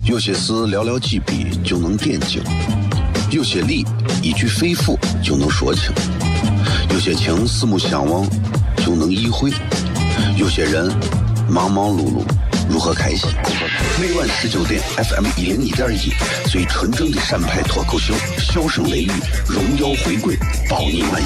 有些事寥寥几笔就能点睛，有些理一句肺腑就能说清，有些情四目相望就能意会，有些人忙忙碌碌如何开心。每晚19点 FM101.1，最纯正的陕派脱口秀，笑声雷雨，荣耀回归，保你满意。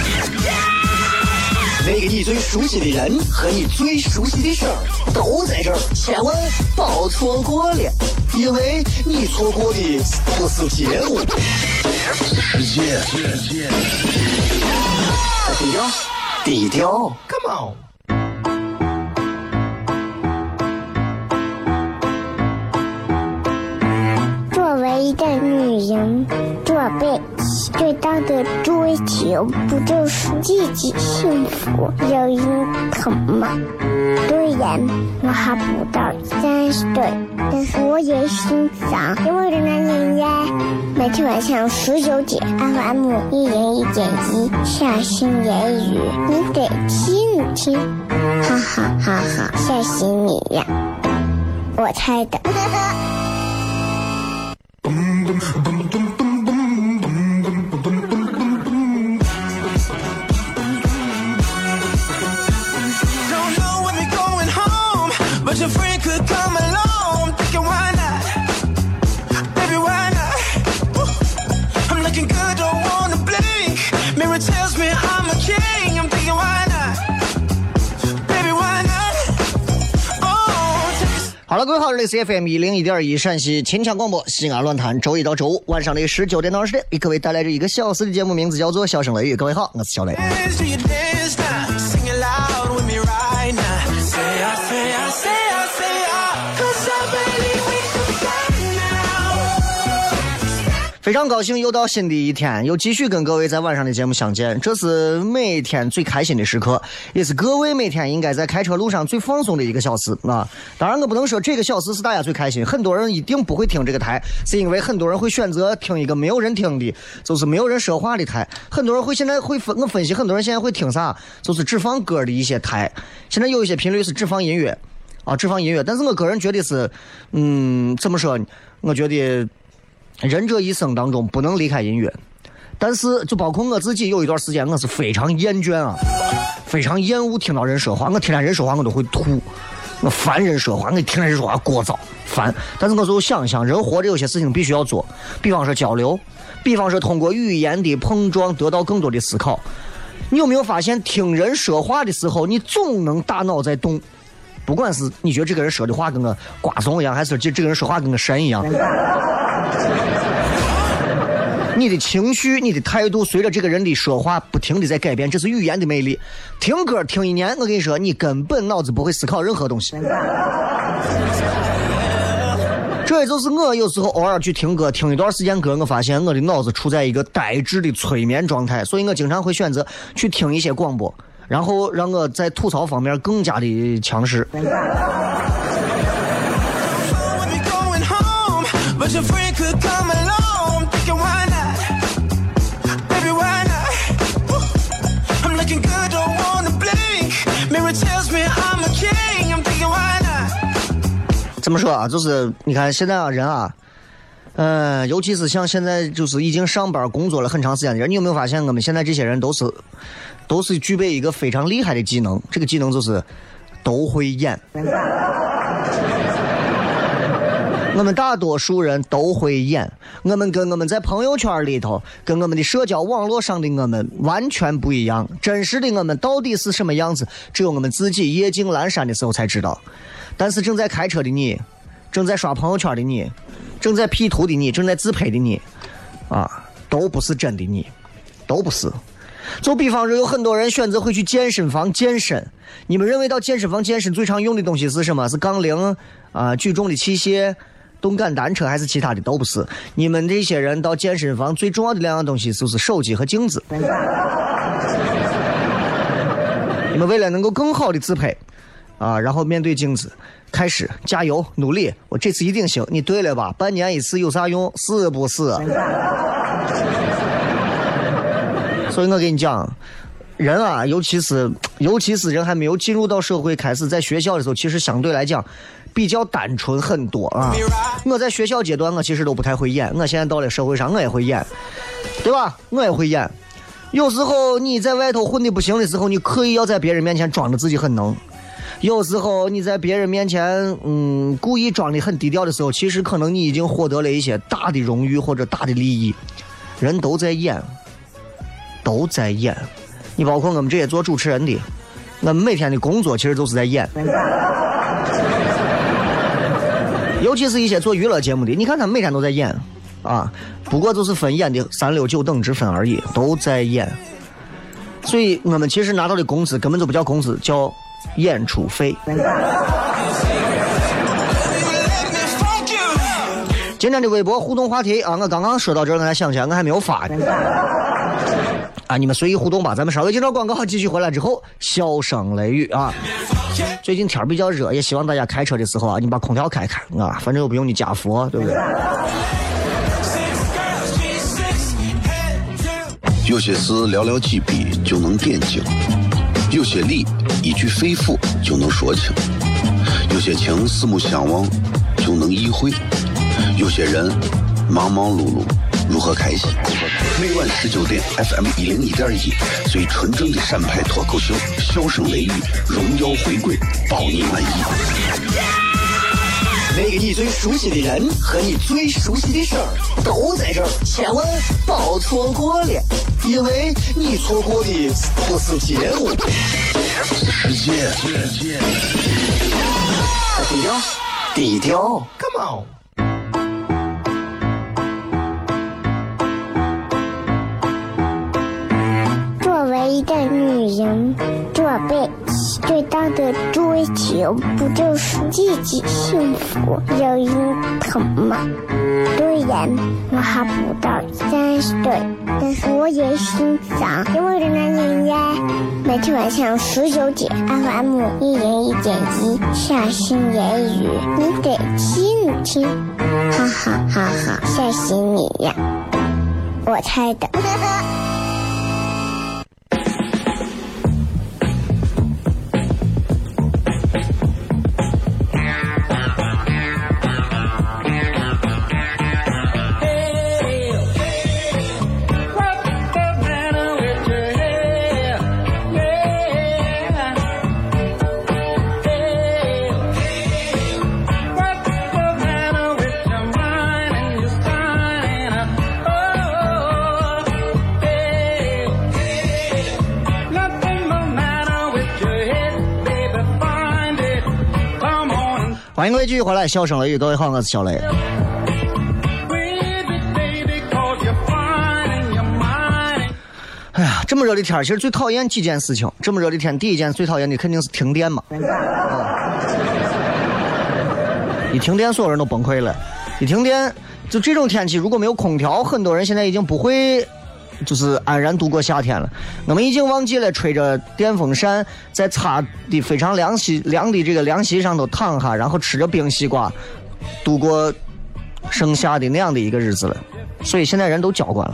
那个你最熟悉的人和你最熟悉的事儿都在这儿，千万别错过了，因为你错过的不是节目， 世界。 低调 ，Come on。 作为一个女人，这辈子最大的追求不就是自己幸福有人疼吗？虽然我还不到30岁，但是我也欣赏因为的男人呀。每天晚上19点 FM101.1下心言语，你得听听，哈哈哈哈，吓死你呀！我猜的。 Your friend could come along, thinking why not? Baby, why not? I'm looking good, don't wanna blink. Mirror tells me I'm a king. I'm thinking why not? Baby, why not? Oh. 好了，各位好，这里是 FM101.1陕西秦腔广播西安论坛，周一到周五晚上的19点到20点，给各位带来这1个小时的节目，名字叫做笑声雷雨。各位好，我是小雷。非常高兴又到新的一天，又继续跟各位在晚上的节目相见，这是每天最开心的时刻，也是各位每天应该在开车路上最放松的1个小时啊！当然我不能说这个小时是大家最开心，很多人一定不会听这个台，是因为很多人会选择听一个没有人听的，就是没有人说话的台。很多人会现在会我分析，很多人现在会听啥，就是只放歌的一些台。现在有一些频率是只放音乐啊，只放音乐，但是我个人觉得是，怎么说？我觉得人这一生当中不能离开音乐，但是就包括我自己，有一段时间我是非常厌倦啊，非常厌恶听到人说话，我听见人说话我都会吐，我烦人说话，我听见人说话聒噪烦。但是我就想一想，人活着有些事情必须要做，比方说交流，比方说通过语言的碰撞得到更多的思考。你有没有发现，听人说话的时候，你总能大脑在动，不管是你觉得这个人说的话跟个瓜怂一样，还是这个人说话跟个神一样，你的情绪你的态度随着这个人的说话不停地在改变，这是语言的魅力。听歌听1年，我跟你说你根本脑子不会思考任何东西。这也就是我有时候偶尔去听歌，听一段时间歌，我发现我的脑子处在一个呆滞的催眠状态，所以我经常会选择去听一些广播，然后让我在吐槽方面更加的强势。怎么说啊？就是你看现在啊，人啊，尤其是像现在就是已经上班工作了很长时间的人，你有没有发现我们现在这些人都是具备一个非常厉害的技能？这个技能就是都会演。我们大多数人都会演，我们跟我们在朋友圈里头，跟我们的社交网络上的我们完全不一样。真实的我们到底是什么样子，只有我们自己夜静阑珊的时候才知道。但是正在开车的你，正在刷朋友圈的你，正在 P 图的你，正在自拍的你啊，都不是真的你，都不是。就比方说有很多人选择会去健身房健身，你们认为到健身房健身最常用的东西是什么？是杠铃啊，举重的器械，动感单车，还是其他的？都不是。你们这些人到健身房最重要的2样东西就是手机和镜子。你们为了能够更好的自拍啊，然后面对镜子开始加油努力，我这次一定行。你对了吧？半年一次有啥用？是不是？所以我跟你讲， 人啊，尤其是人还没有进入到社会，开始在学校的时候，其实相对来讲比较单纯很多啊。我在学校阶段，我其实都不太会演，我现在到了社会上，我也会演，对吧？我也会演。有时候你在外头混得不行的时候，你刻意要在别人面前装着自己很能。有时候你在别人面前故意装得很低调的时候，其实可能你已经获得了一些大的荣誉或者大的利益。人都在演，都在演。你包括我们这些做主持人的，我们每天的工作其实都是在演。尤其是一些做娱乐节目的，你看他们每天都在演啊，不过就是分演的3、6、9等之分而已，都在演。所以我们其实拿到的工资根本就不叫工资，叫演出费。今天的微博互动话题啊，我刚刚说到这儿，我才想起来我还没有发啊，你们随意互动吧。咱们稍微接着广告，继续回来之后，笑声雷雨啊。最近天比较热，也希望大家开车的时候啊，你把空调开开啊，反正又不用你加佛，对不对？ 有些事寥寥几笔就能点睛，有些理一句肺腑就能说清，有些情四目相望就能意会，有些人忙忙碌碌如何开心？每晚19点 FM 101.1，最纯正的陕派脱口秀，笑声雷雨，荣耀回归，保你满意。 那个你最熟悉的人和你最熟悉的事儿都在这儿，千万别错过了，因为你错过的不是节目， 世界。 低调 ，Come on。 作为一个女人，这辈子最大的追求不就是自己幸福、有人疼吗？虽然我还不到30岁，但是我也欣赏因为的男人呀。每天晚上19点 FM 101.1，下心言语，你得听听，哈哈哈哈，吓死你呀！我猜的。 欢迎各位继续回来，笑声雷雨，各位好，我是小雷。哎呀，这么热的天，其实最讨厌几件事情。这么热的天，第一件最讨厌的肯定是停电嘛。一停电，所有人都崩溃了。一停电，就这种天气，如果没有空调，很多人现在已经不会就是安然度过夏天了。我们已经忘记了吹着电风扇在擦的非常凉的这个凉席上头躺下，然后吃着冰西瓜度过盛夏的那样的一个日子了。所以现在人都娇惯了。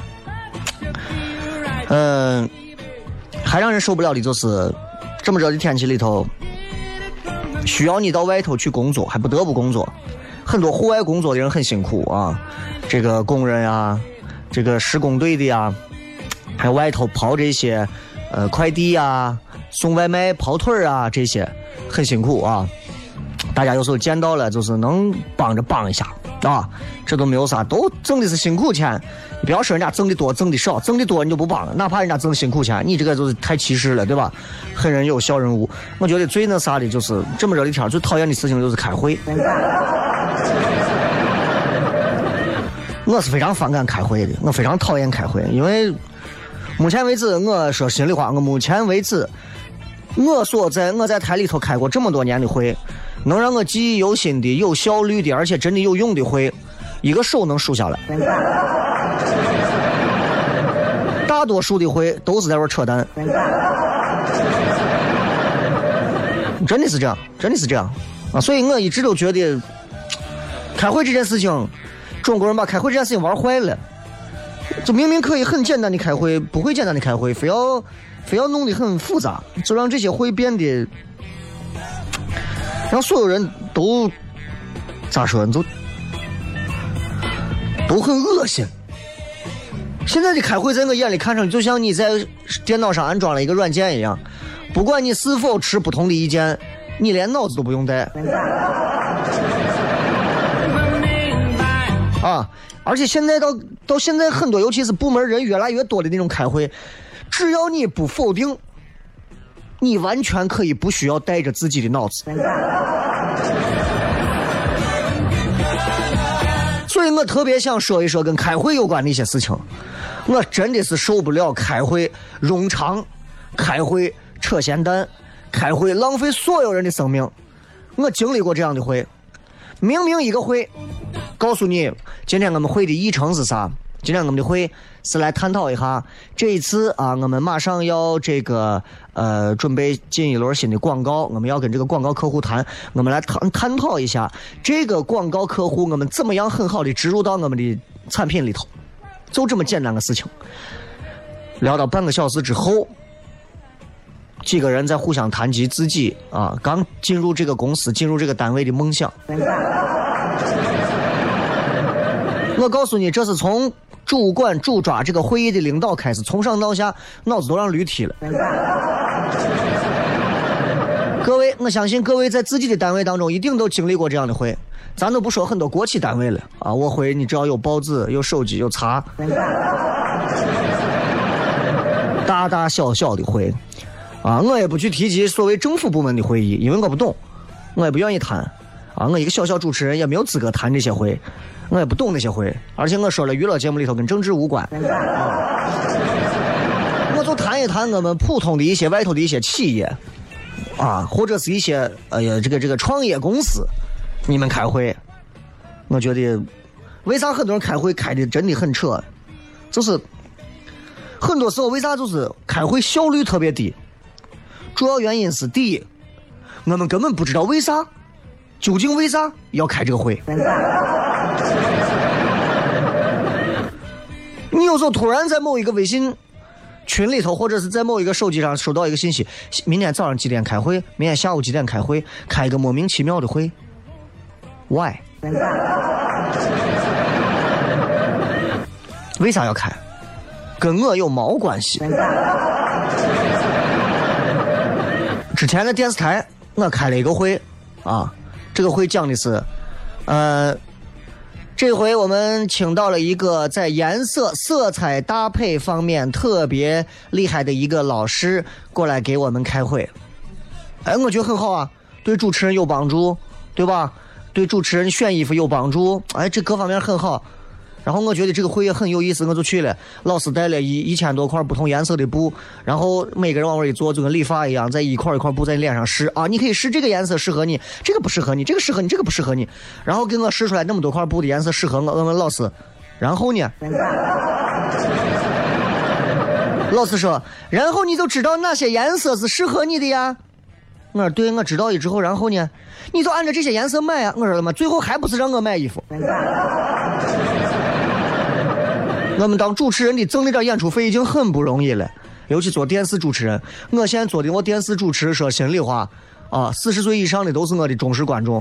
还让人受不了的就是这么热的天气里头，需要你到外头去工作，还不得不工作。很多户外工作的人很辛苦啊，这个工人啊，这个施工队的呀，还有外头跑这些快递啊、送外卖、跑腿啊，这些很辛苦啊。大家有时候见到了就是能帮着帮一下啊，这都没有啥，都挣的是辛苦钱。你不要说人家挣的多挣的少，挣的多你就不帮了，哪怕人家挣辛苦钱，你这个就是太歧视了，对吧？恨人有小人无。我觉得最那啥的就是这么热的天，最讨厌的事情就是开会。我是非常反感开会的，我非常讨厌开会，因为目前为止，我说心里话，我目前为止我在台里头开过这么多年的会，能让我记忆犹新的、有效率的，而且真的有用的会，一个手能数下来。大多数的会都是在这扯淡，真的是这样，真的是这样啊！所以我一直都觉得，开会这件事情，中国人把开会这件事情玩坏了。 就明明可以很简单的开会，不会简单的开会，非要弄得很复杂，就让这些会变得让所有人都咋说，都很恶心。现在的开会在我眼里看上去就像你在电脑上安装了一个软件一样，不管你是否持不同的意见，你连脑子都不用带啊！而且现在到现在很多，尤其是部门人越来越多的那种开会，只要你不否定，你完全可以不需要带着自己的脑子。所以我特别想说一说跟开会有关的一些事情。我真的是受不了开会冗长，开会扯闲蛋，开会浪费所有人的生命。我经历过这样的会，明明一个会告诉你今天我们会的议程是啥，今天我们的会是来探讨一下这一次啊，我们马上要这个准备进一轮新的广告，我们要跟这个广告客户谈，我们来探讨一下这个广告客户我们怎么样很好的植入到我们的产品里头，就这么简单的事情。聊到半个小时之后，几个人在互相谈及自己啊刚进入这个公司进入这个单位的梦想。我告诉你，这是从主管主抓这个会议的领导开始，从上到下脑子都让驴踢了。各位，我相信各位在自己的单位当中一定都经历过这样的会，咱都不说很多国企单位了啊，我会你只要有报纸有手机有茶，大大小小的会啊，我也不去提及所谓政府部门的会议，因为我不懂，我也不愿意谈啊，我一个小小主持人也没有资格谈这些会，我也不懂那些会，而且我说了娱乐节目里头跟政治无关我就谈一谈我们普通的一些外头的一些企业啊，或者是一些这个创业公司，你们开会，我觉得为啥很多人开会开的真的很扯，就是很多时候为啥就是开会效率特别低，主要原因是第一，我们根本不知道为啥究竟为啥要开这个会。你有时候突然在某一个微信群里头，或者是在某一个手机上收到一个信息，明天早上几点开会，明天下午几点开会，开一个莫名其妙的会 Why 为啥要开，跟我有毛关系。之前的电视台我开了一个会啊，这个会讲的是这回我们请到了一个在颜色色彩搭配方面特别厉害的一个老师过来给我们开会。我觉得很好啊，对主持人有帮助，对吧？对主持人选衣服有帮助，这各方面很好。然后我觉得这个会也很有意思，我就去了。老师带了1000多块不同颜色的布，然后每个人往那一坐，就跟理发一样，在一块一块布在脸上试啊，你可以试这个颜色适合你，这个不适合你，这个适合你，这个不适合你。然后给我试出来那么多块布的颜色适合我，我问老师，然后呢？老师说，然后你就知道哪些颜色是适合你的呀。我说对，我知道了之后，然后呢？你就按照这些颜色买啊。我说了嘛，最后还不是让我买衣服。我们当主持人的挣那点演出费已经很不容易了，尤其做电视主持人。我现在做的我电视主持，说心里话啊，40岁以上的都是我的忠实观众。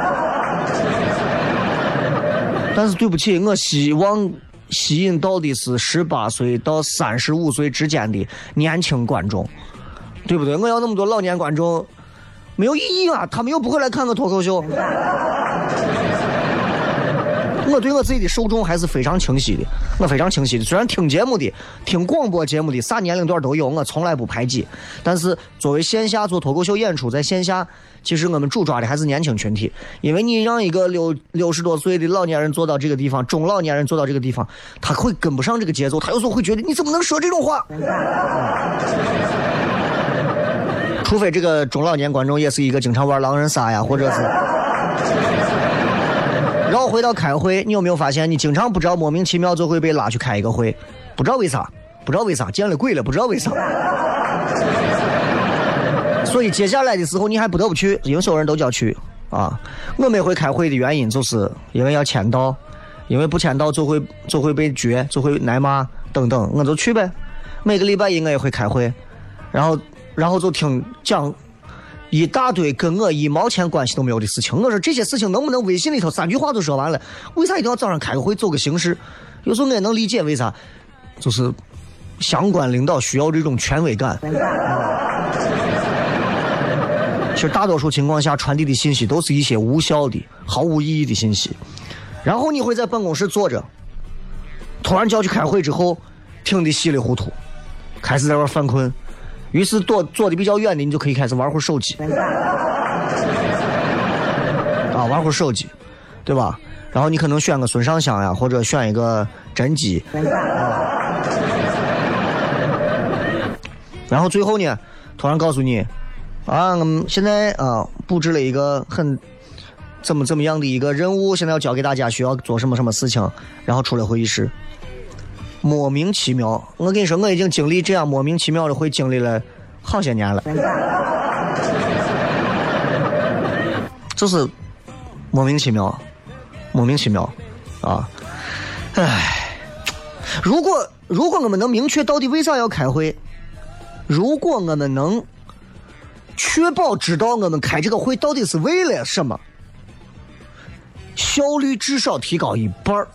但是对不起，我希望吸引到的是18岁到35岁之间的年轻观众，对不对？我要那么多老年观众没有意义啊，他们又不会来看个脱口秀。我对我自己的受众还是非常清晰的，我非常清晰的。虽然听节目的、听广播节目的啥年龄段都有，我从来不排挤。但是作为线下做脱口秀演出，在线下，其实我们主抓的还是年轻群体。因为你让一个60多岁的老年人坐到这个地方，中老年人坐到这个地方，他会跟不上这个节奏，他有时候会觉得你怎么能说这种话？除非这个中老年观众也是一个经常玩狼人杀呀，或者是。绕回到开会，你有没有发现你经常不知道莫名其妙就会被拉去开一个会，不知道为啥，见了鬼了，不知道为啥。所以接下来的时候你还不得不去，因为所有人都叫去啊。我每回开会的原因就是因为要签到， 因为不签到就会被撅，就会挨骂等等，我就去呗。每个礼拜一我也会开会，然后就听讲一大堆跟我1毛钱关系都没有的事情。我说这些事情能不能微信里头3句话就说完了？为啥一定要早上开个会做个形式？有时候我也能理解为啥，就是相关领导需要这种权威感。其实大多数情况下传递的信息都是一些无效的、毫无意义的信息。然后你会在办公室坐着，突然叫去开会之后，听得稀里糊涂，开始在那犯困。于是坐的比较远的，你就可以开始玩会儿手机，啊，玩会儿手机，对吧？然后你可能选个孙尚香呀，或者选一个甄姬，然后最后呢，突然告诉你，啊，我们现在布置了一个很怎么样的一个任务，现在要交给大家，需要做什么事情，然后出了会议室。莫名其妙，我跟你说，我已经经历这样莫名其妙的会经历了好些年了，就是莫名其妙啊！唉，如果我们能明确到底为啥要开会，如果我们能确保知道我们开这个会到底是为了什么，效率至少提高1半。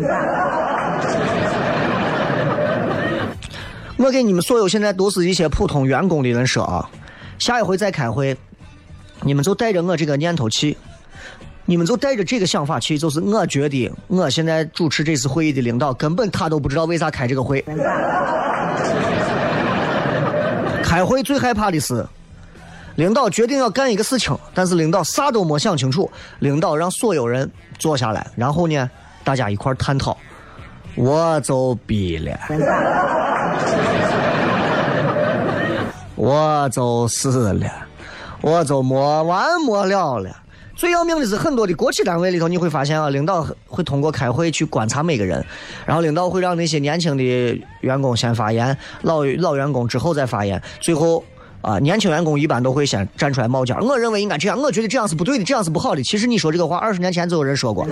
我给你们所有现在都是一些普通员工的人说啊，下一回再开会，你们就带着我这个念头去，你们就带着这个想法去，就是我觉得我现在主持这次会议的领导根本他都不知道为啥开这个会。开会最害怕的是领导决定要干一个事情，但是领导啥都没想清楚，领导让所有人坐下来，然后呢大家一块探讨，我就逼了，我就死了，我就没完没了了。最要命的是，很多的国企单位里头，你会发现啊，领导会通过开会去观察每个人，然后领导会让那些年轻的员工先发言，老员工之后再发言，最后年轻员工一般都会先站出来冒尖。我认为应该这样，我觉得这样是不对的，这样是不好的。其实你说这个话20年前就有人说过，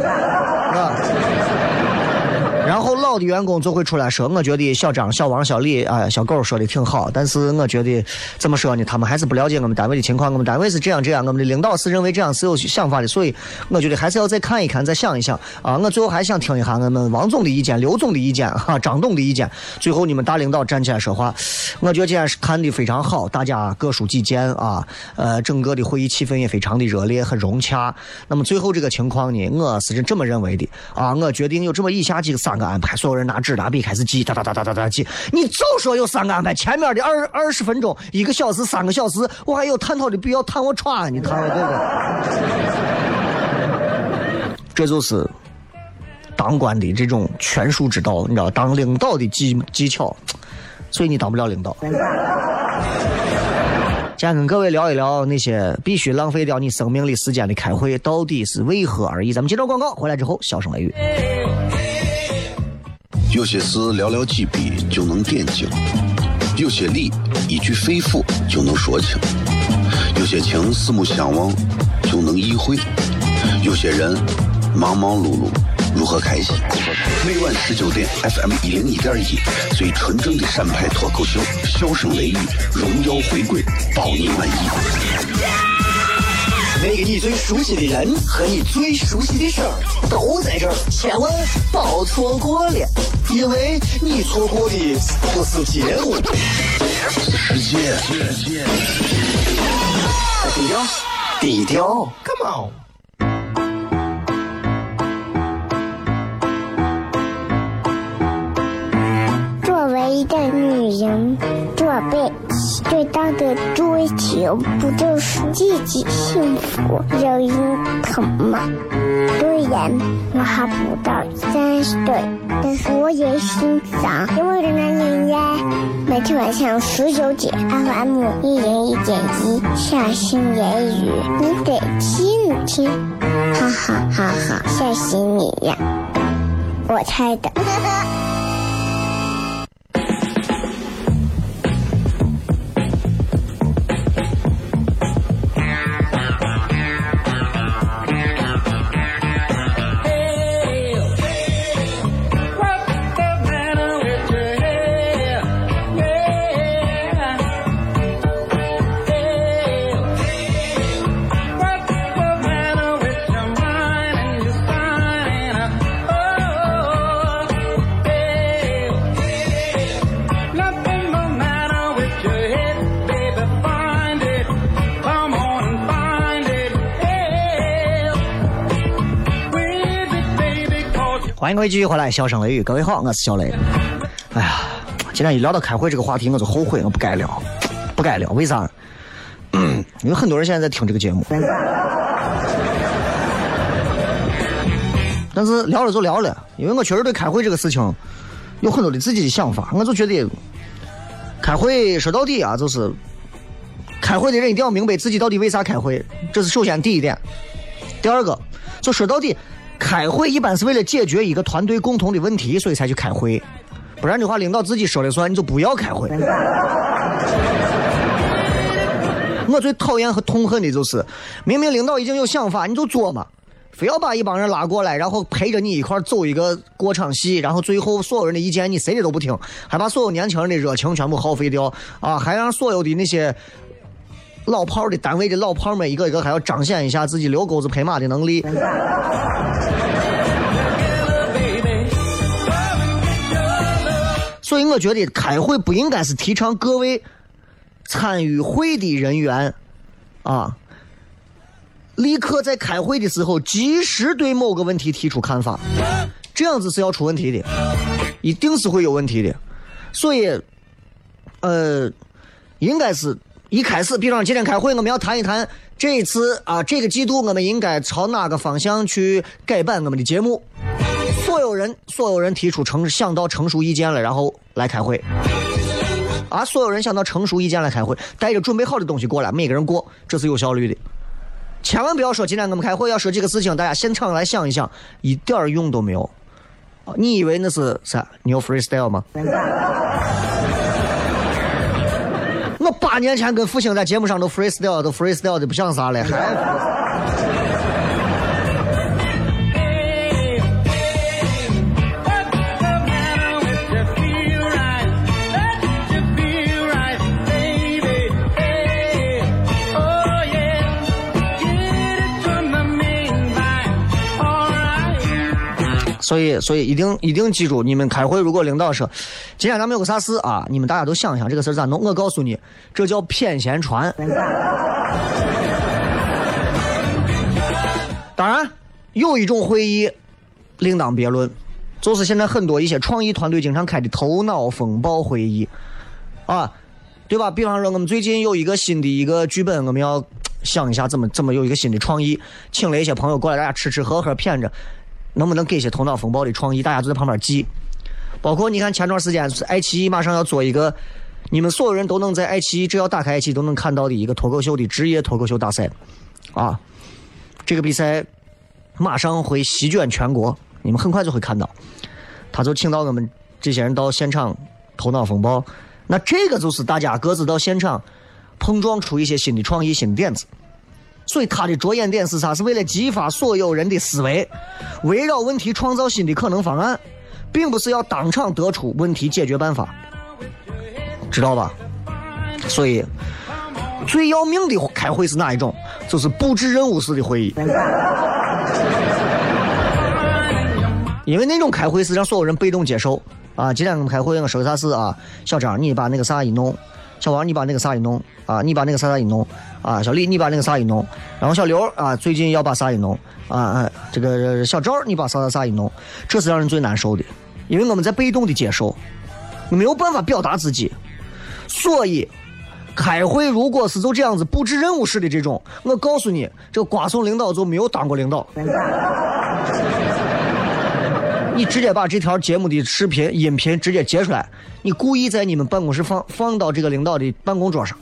然后老的员工就会出来说，我觉得小张、小王、小李小狗说的挺好，但是我觉得怎么说呢，他们还是不了解我们单位的情况，我们单位是这样，我们的领导是认为这样是有想法的，所以我觉得还是要再看一看，再想一想啊。我最后还想听一下我们王总的意见、刘总的意见张董的意见，最后你们大领导站起来说话。我觉得今天是看得非常好，大家各抒己见啊，整个的会议气氛也非常的热烈，很融洽。那么最后这个情况呢，我是这么认为的啊，我决定有这么以下几个3个安排，所有人拿纸拿笔开始记，哒记。你就说有3个安排，前面的20分钟、1个小时、3个小时，我还有探讨的必要，探我穿你探我这个，这就是当官的这种权术之道，你知道，当领导的技巧，所以你当不了领导。今天跟各位聊一聊那些必须浪费掉你生命里时间的开会到底是为何而已。咱们接着广告，回来之后小声雷雨。 有些事寥寥几笔就能点睛，有些理一句肺腑就能说清，有些情四目相望就能意会，有些人忙忙碌碌如何开心。每晚19点 FM 101.1，最纯正的陕派脱口秀，笑声雷雨，荣耀回归，保你满意。 那个你最熟悉的人和你最熟悉的事儿都在这儿，千万别错过了，因为你错过的不是节目， 世界。 低调 Come on。 作为一个女人，这辈子最大的追求不就是自己幸福有人疼吗？虽然我还不到30岁，但是我也心脏因为人男人呀。每天晚上19点 FM 101.1，下心言语，你得听听，哈哈哈哈，吓死你呀！我猜的。 欢迎各位继续回来，笑声雷雨，各位好，我是小雷。哎呀，今天一聊到开会这个话题，我就后悔，我不该聊，为啥？因为很多人现在在听这个节目，但是聊了就聊了，因为我确实对开会这个事情有很多的自己的想法，我就觉得开会说到底啊，就是开会的人一定要明白自己到底为啥开会，这是首先第一点。第二个，就说到底，开会一般是为了解决一个团队共同的问题，所以才去开会，不然的话领导自己说了算，你就不要开会。我最讨厌和痛恨的就是明明领导已经有想法，你就做嘛，非要把一帮人拉过来，然后陪着你一块走一个过场戏，然后最后所有人的意见你谁的都不听，还把所有年轻人的热情全部耗费掉啊！还让所有的那些老炮的单位的老炮们一个一个还要彰显一下自己遛狗子陪马的能力。所以我觉得开会不应该是提倡各位参与会的人员啊，立刻在开会的时候及时对某个问题提出看法，这样子是要出问题的，一定是会有问题的。所以应该是一开始，比方今天开会我们要谈一谈这一次啊，这个季度我们应该朝哪个方向去改版我们的节目，所有人提出想到成熟意见了，然后来开会啊，所有人想到成熟意见来开会，带着准备好的东西过来，每个人过，这是有效率的。千万不要说今天我们开会要说这个事情，大家现场来想一想，一点用都没有。你以为那是啥？你有 freestyle 吗？我8年前跟复兴在节目上都 freestyle 的不像啥了，还所以一定记住，你们开会如果领导说今天咱们有个啥事啊，你们大家都想一想这个事咋弄，我告诉你，这叫骗闲传。当然有一种会议另当别论，就是现在很多一些创意团队经常开的头脑风暴会议啊，对吧？比方说我们最近有一个新的一个剧本，我们要想一下怎么有一个新的创意，请了一些朋友过来，大家吃喝谝着，能不能给一些头脑风暴的创意，大家就在旁边记。包括你看前段时间爱奇艺马上要做一个你们所有人都能在爱奇艺，只要打开爱奇艺都能看到的一个脱口秀的职业脱口秀大赛啊，这个比赛马上会席卷全国，你们很快就会看到，他就请到我们这些人到现场头脑风暴，那这个就是大家各自到现场碰撞出一些新的创意新的点子。所以他的着眼点是啥？是为了激发所有人的思维，围绕问题创造新的可能方案，并不是要当场得出问题解决办法，知道吧？所以最要命的开会是哪一种？就是布置任务式的会议。因为那种开会是让所有人被动接受啊。今天我们开会，我说啥事啊？小张你把那个啥一弄，小王你把那个啥一弄啊，你把那个啥一弄啊，小丽你把那个啥一弄，然后小刘啊最近要把啥一弄啊，这个小赵你把啥一弄，这是让人最难受的，因为我们在被动的接受，你没有办法表达自己。所以开会如果是就这样子布置任务式的这种，我告诉你，这个瓜怂领导就没有当过领导。你直接把这条节目的视频音频直接截出来，你故意在你们办公室放到这个领导的办公桌上，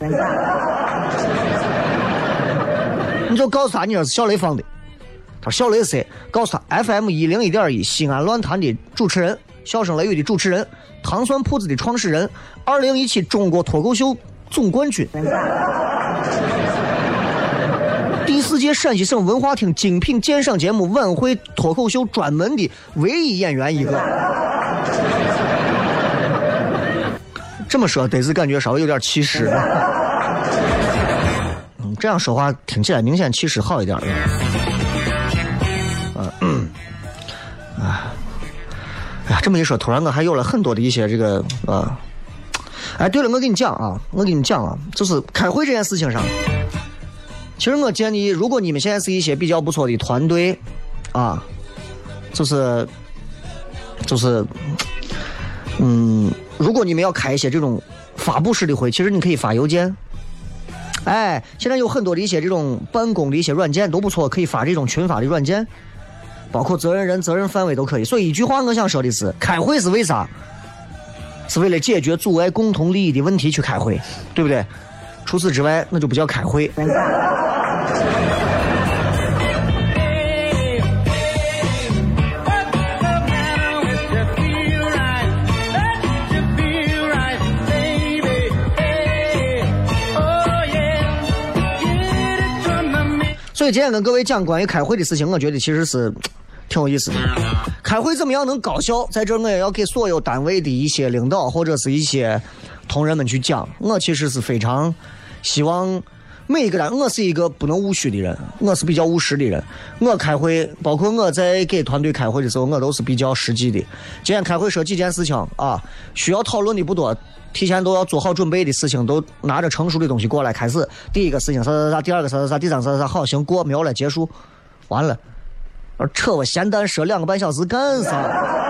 你就告诉他你这是小雷放的。他说小雷是谁？告诉他 FM101.1 西安论坛的主持人，笑声雷雨的主持人，糖蒜铺子的创始人，2017中国脱口秀总冠军，第4届陕西省文化厅精品鉴赏节目晚会脱口秀专门的唯一演员一个。这么说得是感觉稍微有点气势，这样说话听起来明显气势好一点。哎呀，这么一说，突然我还有了很多的一些这个哎，对了，我跟你讲啊，就是开会这件事情上，其实我建议，如果你们现在是一些比较不错的团队啊，就是就是，如果你们要开一些这种发布式的会，其实你可以发邮件。哎，现在有很多的一些这种办公的一些软件都不错，可以发这种群发的软件，包括责任人、责任范围都可以。所以一句话，我想说的是，开会是为啥？是为了解决阻碍共同利益的问题去开会，对不对？除此之外，那就不叫开会。所以今天跟各位讲关于开会的事情，我觉得其实是挺有意思的。开会怎么样能高效？在这儿我也要给所有单位的一些领导或者是一些同仁们去讲。我其实是非常希望每一个人，我是一个不能务虚的人，我是比较务实的人。我开会，包括我在给团队开会的时候，我都是比较实际的。今天开会说几件事情啊，需要讨论的不多。提前都要做好准备的事情，都拿着成熟的东西过来开始。第一个事情啥，第二个啥，第三个啥，好行过秒了结束，完了，扯我闲蛋说2个半小时干啥？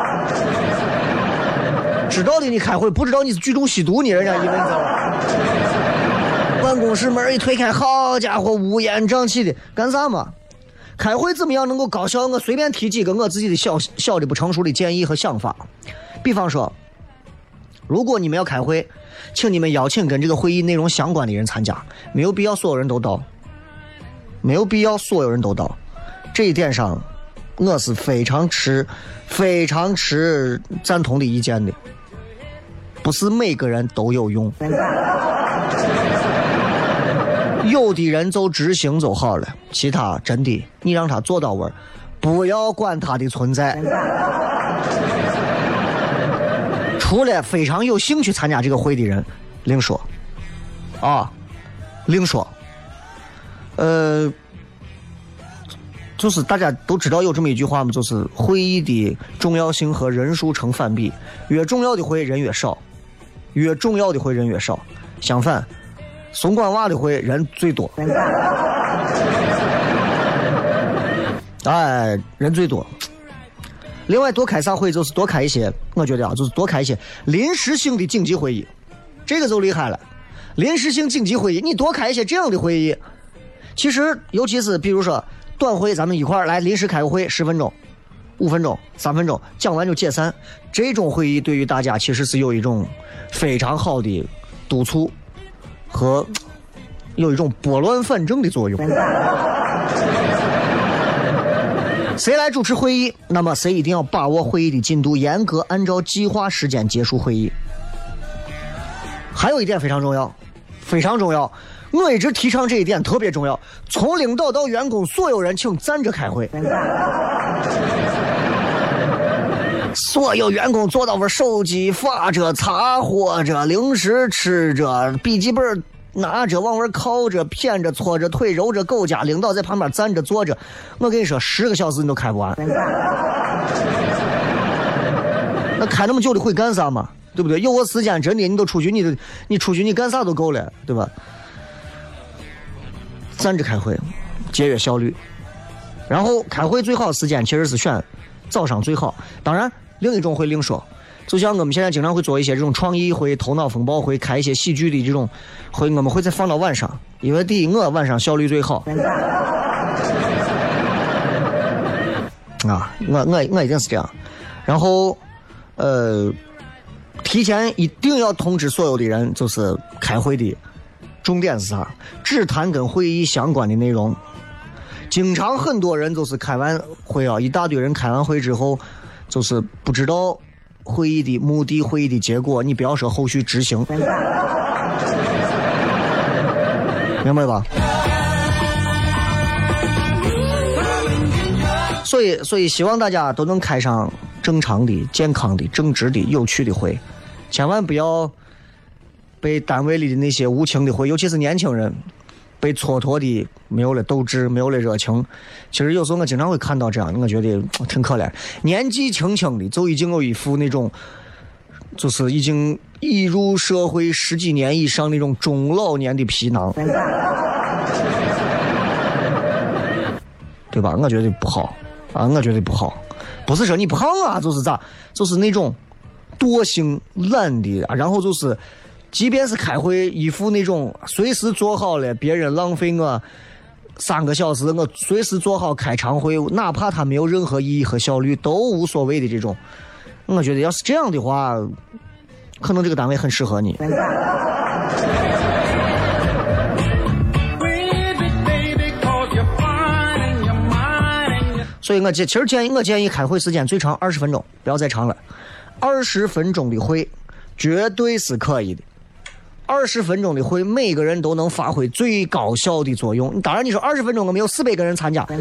知道的你开会，不知道你是聚众吸毒，你人家一问着。办公室门一推开，好家伙，乌烟瘴气的，干啥嘛？开会怎么样能够高效？我随便提几个我自己的小的不成熟的建议和想法，比方说。如果你们要开会，请你们邀请跟这个会议内容相关的人参加，没有必要所有人都到，没有必要所有人都到。这一点上，我是非常持赞同的意见的。不是每个人都有用，有的人就执行就好了，其他真的你让他做到位，不要管他的存在。除了非常有兴趣参加这个会的人，另说，另说，就是大家都知道有这么一句话嘛，就是会议的重要性和人数成反比，越重要的会人越少，越重要的会人越少。相反，松管娃的会人最多，哎，人最多。另外多开啥会就是多开一些，我觉得就是多开一些临时性的紧急会议，这个就厉害了。临时性紧急会议，你多开一些这样的会议，其实尤其是比如说短会，咱们一块儿来临时开个会，10分钟、5分钟、3分钟，讲完就解散。这种会议对于大家其实是有一种非常好的督促和有一种拨乱反正的作用。谁来主持会议，那么谁一定要把握会议的进度，严格按照计划时间结束会议。还有一点非常重要，非常重要，我一直提倡这一点特别重要，从领导到员工，所有人请站着开会。所有员工坐到我手机发着、擦火着、零食吃着、笔记本拿着往外靠着偏着搓着腿揉着狗家，领导在旁边站着坐着，我跟你说10个小时你都开不完。那开那么久的会干啥嘛？对不对？有个时间真的你都出去，你出去你干啥都够了，对吧？站着开会节约效率。然后开会最好时间其实是选早上最好，当然另一种会另说。就像我们现在经常会做一些这种创意会、头脑风暴会，开一些喜剧的这种会，我们会再放到晚上，因为第一我晚上效率最好。我一定是这样。然后提前一定要通知所有的人，就是开会的重点是啥，只谈跟会议相关的内容。经常很多人就是开完会一大堆人开完会之后就是不知道会议的目的、会议的结果，你不要说后续执行，明白吧？所以希望大家都能开上正常的、健康的、正直的、有趣的会，千万不要被单位里的那些无情的会，尤其是年轻人被蹉跎的没有了斗志，没有了热情。其实有时候我经常会看到这样，我觉得挺可怜，年纪轻轻的就已经有一副那种就是已经已入社会10几年以上那种中老年的皮囊，对吧？我觉得不好啊，我觉得不好。 不是说你胖啊，就是咋，就是那种惰性懒的，然后就是即便是开会一副那种随时做好了，别人浪费我3个小时，我随时做好开场会，哪怕它没有任何意义和效率都无所谓的这种，我觉得要是这样的话，可能这个单位很适合你。所以我其实建议开会时间最长20分钟，不要再长了。20分钟的会绝对是可以的。20分钟的会，每个人都能发挥最高效的作用。当然，你说20分钟我们有400个人参加，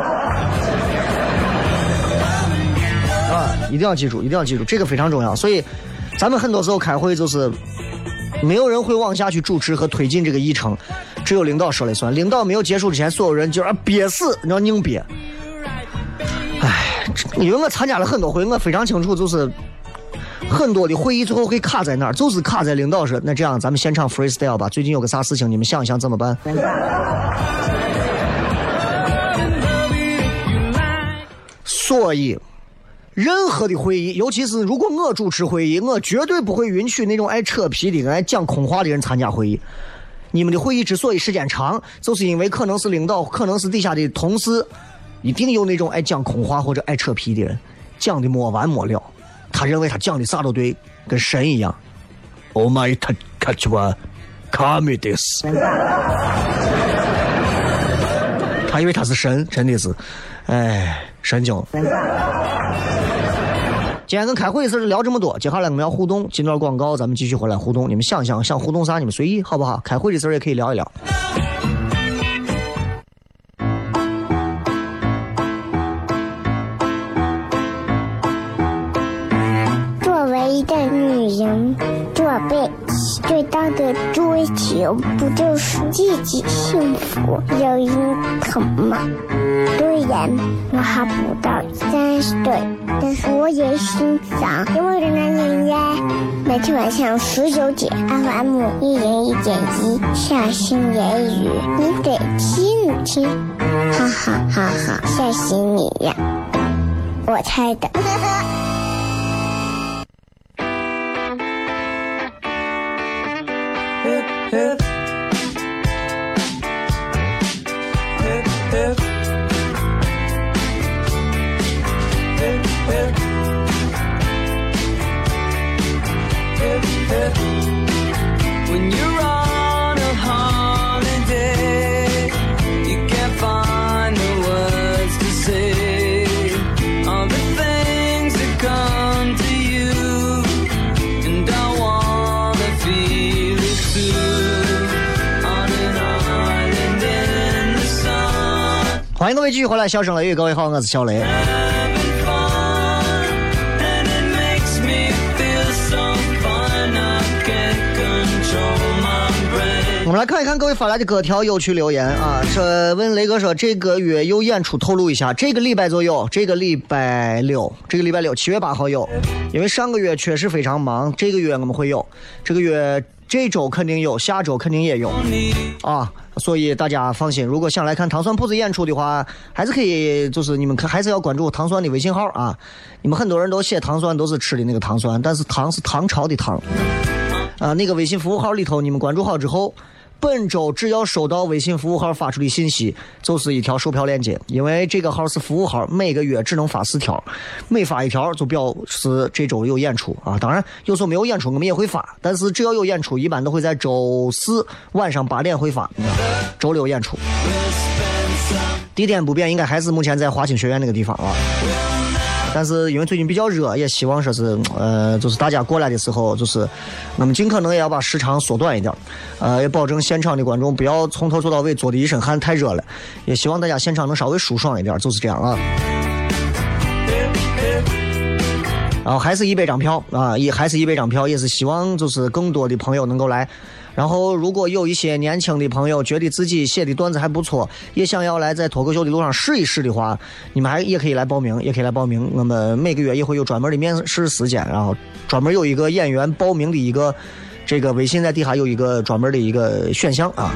啊，一定要记住，这个非常重要。所以，咱们很多时候开会就是没有人会往下去主持和推进这个议程，只有领导说了算。领导没有结束之前，所有人就憋死，你知道硬憋。因为我参加了很多会，我非常清楚，就是很多的会议最后会卡在哪儿，就是卡在领导说那这样咱们现场 freestyle 吧，最近有个啥事情你们想一想怎么办。所以任何的会议，尤其是如果我主持会议，我绝对不会允许那种爱扯皮的爱讲空话的人参加会议。你们的会议之所以时间长，就是因为可能是领导，可能是底下的同事，一定有那种爱讲空话或者爱扯皮的人，讲的没完没了，他认为他讲的啥都对，跟神一样。Oh my God, come with this。他以为他是神，真的是，神经。今天跟开会的事聊这么多，接下来我们要互动，进段广告，咱们继续回来互动。你们想互动啥，你们随意好不好？开会的事也可以聊一聊。 一个女人这辈子最大的追求不就是自己幸福有人疼吗？虽然我还不到30岁，但是我也心脏因为的男人呀。每天晚上19点 FM 101.1下心言语，你得听听，哈哈哈哈，吓死你呀！我猜的。 Hip, hip, hip, hip, hip, hip, hip. When you're on a holiday, you can't find the words to say all the things that come to you, and I wanna feel it too. 欢迎各位继续回来，笑声雷雨，各位好，我是小雷。我们来看一看各位发来的各条有趣留言啊。这问雷哥说，这个月有演出透露一下，这个礼拜就有，这个礼拜六7月8号有，因为上个月确实非常忙，这个月我们会有，这周肯定有，下周肯定也有啊，所以大家放心，如果想来看糖蒜铺子演出的话，还是可以，就是你们还是要关注糖蒜的微信号啊。你们很多人都写糖蒜都是吃的那个糖蒜，但是糖是唐朝的糖啊。那个微信服务号里头，你们关注好之后，本周只要收到微信服务号发出的信息，就是一条售票链接，因为这个号是服务号，每个月只能发4条，每发1条就表示这周有演出啊。当然有时候没有演出我们也会发，但是只要有演出一般都会在周4晚上8点会发，周6演出，地点不变，应该还是目前在华清学院那个地方啊。但是因为最近比较热，也希望说是就是大家过来的时候，就是我们尽可能也要把时长缩短一点，也保证现场的观众不要从头做到尾做的一身汗，太热了，也希望大家现场能稍微舒爽一点，就是这样啊。然后还是100张票啊，还是100张票，也是希望就是更多的朋友能够来。然后如果有一些年轻的朋友觉得自己写的段子还不错，也想要来在脱口秀的路上试一试的话，你们也可以来报名，我们每个月也会有专门的面试时间，然后专门有一个演员报名的一个这个微信在底下有一个专门的一个选项啊。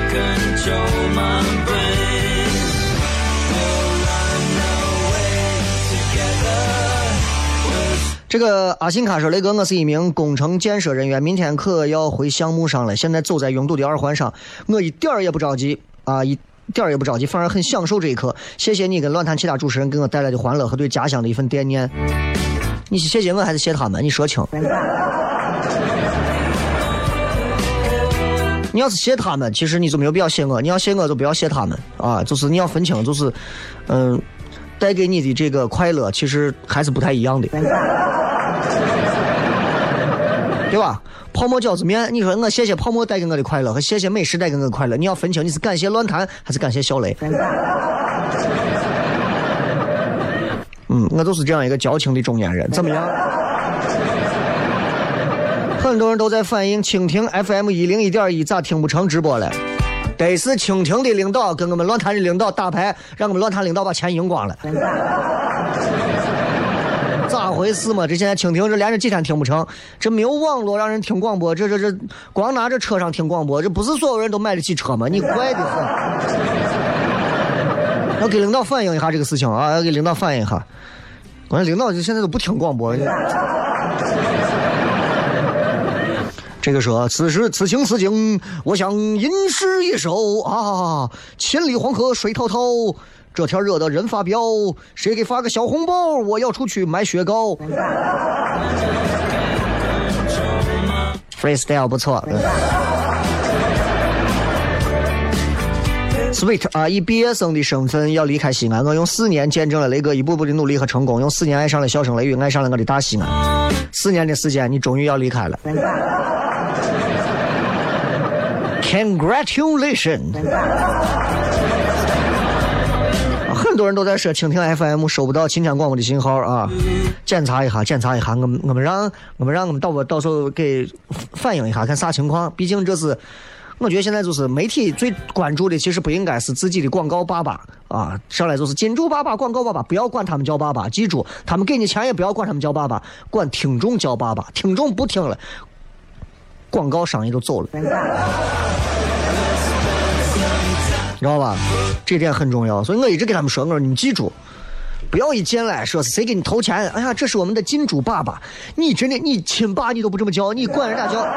这个阿信卡说：“雷哥，我是一名工程建设人员，明天可要回项目上了。现在走在拥堵的2环上，我一点儿也不着急啊，一点儿也不着急，反而很享受这一刻。谢谢你跟乱谈其他主持人给我带来的欢乐和对家乡的一份惦念。你是谢谢我还是谢他们？你说清。你要是谢他们，其实你就没有必要谢我；你要谢我，就不要谢他们啊。就是你要分清，就是带给你的这个快乐，其实还是不太一样的。”对吧？泡沫饺子面，你说我谢谢泡沫带给我的快乐，和谢谢美食带给我的快乐，你要分清你是感谢乱谈还是感谢小雷。我就是这样一个矫情的中年人，怎么样？很多人都在反映蜻蜓 FM101.1咋听不成直播了？得是蜻蜓的领导跟我们乱谈的领导打牌，让我们乱谈领导把钱赢光了。咋回事嘛？这现在蜻蜓这连着几天听不成，这没有网络让人听广播，这光拿着车上听广播，这不是所有人都买得起车吗？你怪的很。要给领导反映一下这个事情啊！要给领导反映一下。我领导就现在都不听广播。这个说此情此景，我想吟诗一首啊！千里黄河水滔滔。这天热的人发飙，谁给发个小红包？我要出去买雪糕。freestyle 不错。Sweet 啊，以毕业生的身份要离开西安，我用4年见证了雷哥一步步的努力和成功，用4年爱上了笑声雷雨，爱上了我的大西安。4年的时间，你终于要离开了。Congratulations。很多人都在说蜻蜓 FM 收不到秦腔广播的信号啊，检查一下，我们让我们到时候给反映一下，看啥情况。毕竟这是，我觉得现在就是媒体最关注的，其实不应该是自己的广告爸爸啊，上来就是金主爸爸、广告爸爸，不要管他们叫爸爸，记住，他们给你钱也不要管他们叫爸爸，管听众叫爸爸，听众不听了，广告商也都走了。知道吧？这点很重要，所以我一直给他们说，我说你们记住，不要一进来说是谁给你投钱，哎呀，这是我们的金主爸爸，你真的你亲爸你都不这么叫，你管人家叫，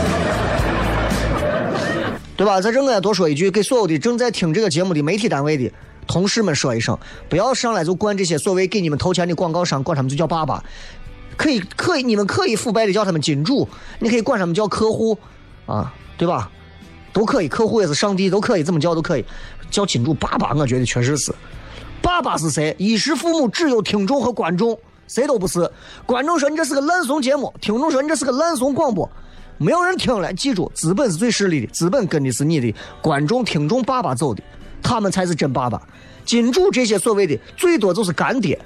对吧？在这我也多说一句，给所有的正在听这个节目的媒体单位的同事们说一声，不要上来就管这些所谓给你们投钱的广告商，管他们就叫爸爸，可以，你们可以腐败的叫他们金主，你可以管他们叫客户啊，对吧？都可以，客户也是上帝，都可以这么叫，都可以叫金主爸爸。我觉得确实是，爸爸是谁？衣食父母只有听众和观众，谁都不是。观众说你这是个烂怂节目，听众说你这是个烂怂广播，没有人听了。记住，资本是最势利的，资本跟的是你的观众、听众、爸爸走的，他们才是真爸爸。金主这些所谓的最多就是干爹，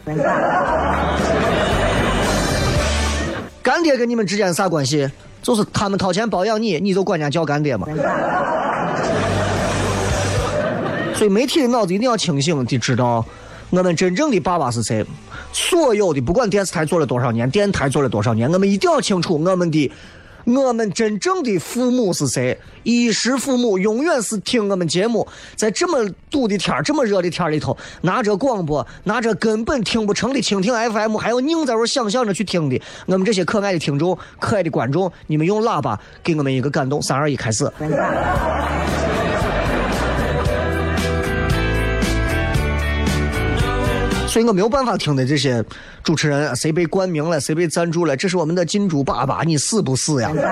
干爹跟你们之间啥关系？就是他们掏钱包养你，你就管人家叫干爹嘛。所以媒体的脑子一定要清醒地知道，我们真正的爸爸是谁。所有的不管电视台做了多少年，电台做了多少年，我们一定要清楚我们真正的父母是谁？衣食父母永远是听我们节目，在这么堵的天这么热的天里头，拿着广播，拿着根本听不成的蜻蜓 FM， 还有拧在这想象着去听的，我们这些可爱的听众、可爱的观众，你们用喇叭给我们一个感动。3、2、1，开始。所以我没有办法听的这些主持人，谁被冠名了，谁被赞助了，这是我们的金主爸爸，你是不是呀？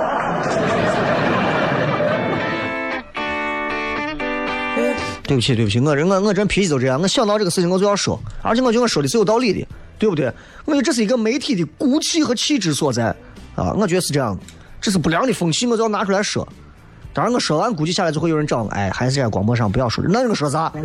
对不起，我这脾气都这样，我想到这个事情我就要说，而且我觉得我说的是有道理的，对不对？我觉得这是一个媒体的骨气和气质所在啊，我觉得是这样的，这是不良的风气，我就要拿出来说。当然我说完估计下来就会有人找我，哎，还是在广播上不要说，那你说啥？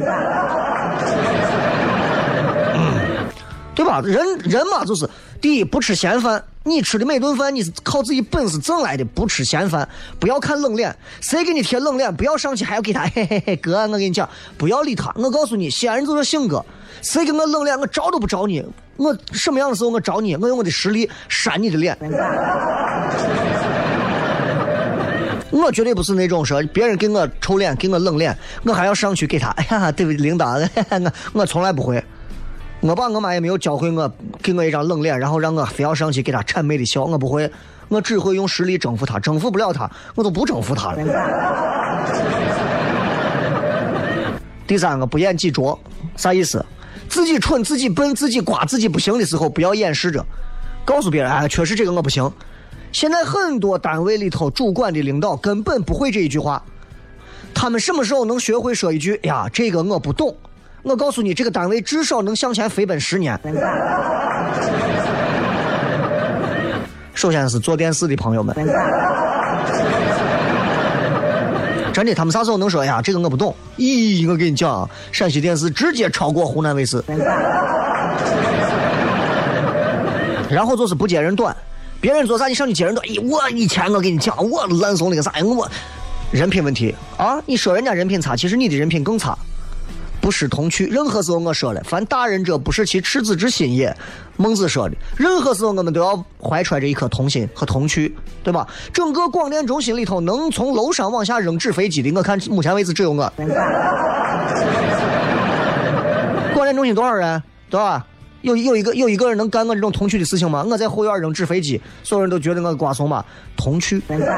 对吧？人嘛，就是第一不吃闲饭，你吃的每顿饭你是靠自己本事挣来的，不吃闲饭，不要看冷脸，谁给你贴冷脸，不要上去还要给他嘿嘿嘿哥，我跟你讲，不要理他。我告诉你，西安人就是性格，谁给我冷脸，我招都不招你，我什么样的时候我招你，我用我的实力扇你的脸。 我绝对不是那种说别人给我臭脸给我冷脸我还要上去给他哎呀对不起领导我从来不会，我爸我妈也没有教会我给我一张冷脸然后让我非要上去给他谄媚的笑，我不会，我只会用实力征服他，征服不了他我都不征服他了。第三个不演技拙，啥意思？自己蠢自己笨自己瓜自己不行的时候不要掩饰着，告诉别人哎，确实这个我不行。现在很多单位里头主管的领导根本不会这一句话，他们什么时候能学会说一句呀这个我不懂？我告诉你，这个单位至少能向前飞奔10年。首先是做电视的朋友们，真的他们啥时候能说呀这个我不懂？咦，我跟你讲，陕西电视直接超过湖南卫视。然后就是不接人短，别人做啥你上去接人短，我以前我跟你讲我烂怂那个啥，我人品问题啊，你说人家人品差，其实你的人品更差。不识同趣，任何时候我说了，凡大人者不是其赤子之心也，孟子说的，任何时候我们都要怀揣着一颗童心和童趣，对吧？整个广电中心里头能从楼上往下扔纸飞机的，我看目前为止只有我。广电中心多少人，对吧？有一个人能干我这种童趣的事情吗？我在后院扔纸飞机，所有人都觉得我瓜怂嘛，童趣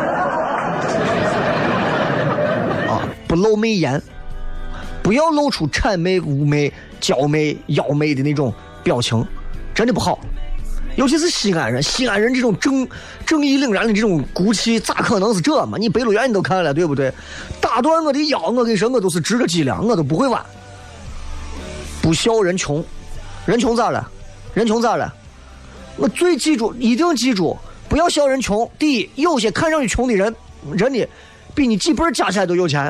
啊，不露媚言，不要露出谄媚、妩媚、娇媚、妖媚的那种表情，真的不好。尤其是西安人这种正义凛然的这种骨气，咋可能是这嘛？你北鹿原你都看了，对不对？打断我的腰，我跟你说，我都是直着脊梁，我都不会弯。不笑人穷，人穷咋了？人穷咋了？我最记住，一定记住，不要笑人穷。第一，有些看上去穷的人，真的比你几辈加起来都有钱。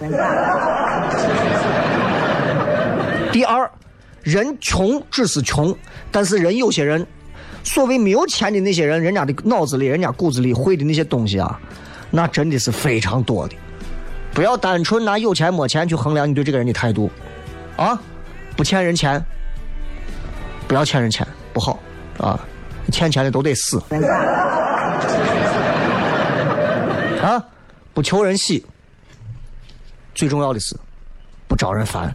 第二，人穷只是穷，但是人有些人，所谓没有钱的那些人，人家的脑子里、人家骨子里会的那些东西啊，那真的是非常多的。不要单纯拿有钱没钱去衡量你对这个人的态度，啊，不欠人钱，不要欠人钱，不好啊，欠钱的都得死。啊，不求人喜，最重要的是不招人烦。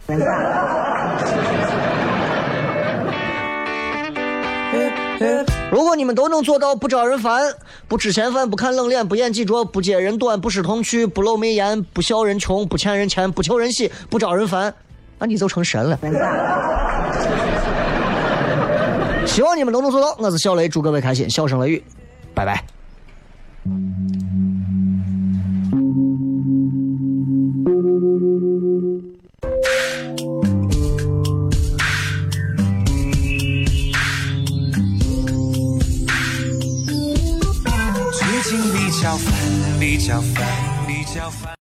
如果你们都能做到不招人烦，不吃闲饭，不看冷脸，不演技拙，不接人短，不识童趣，不露媚言，不笑人穷，不欠人钱，不求人喜，不招人烦，那你就成神了。希望你们都能做到。我是小雷，祝各位开心，笑声雷雨，拜拜。 最近比较烦。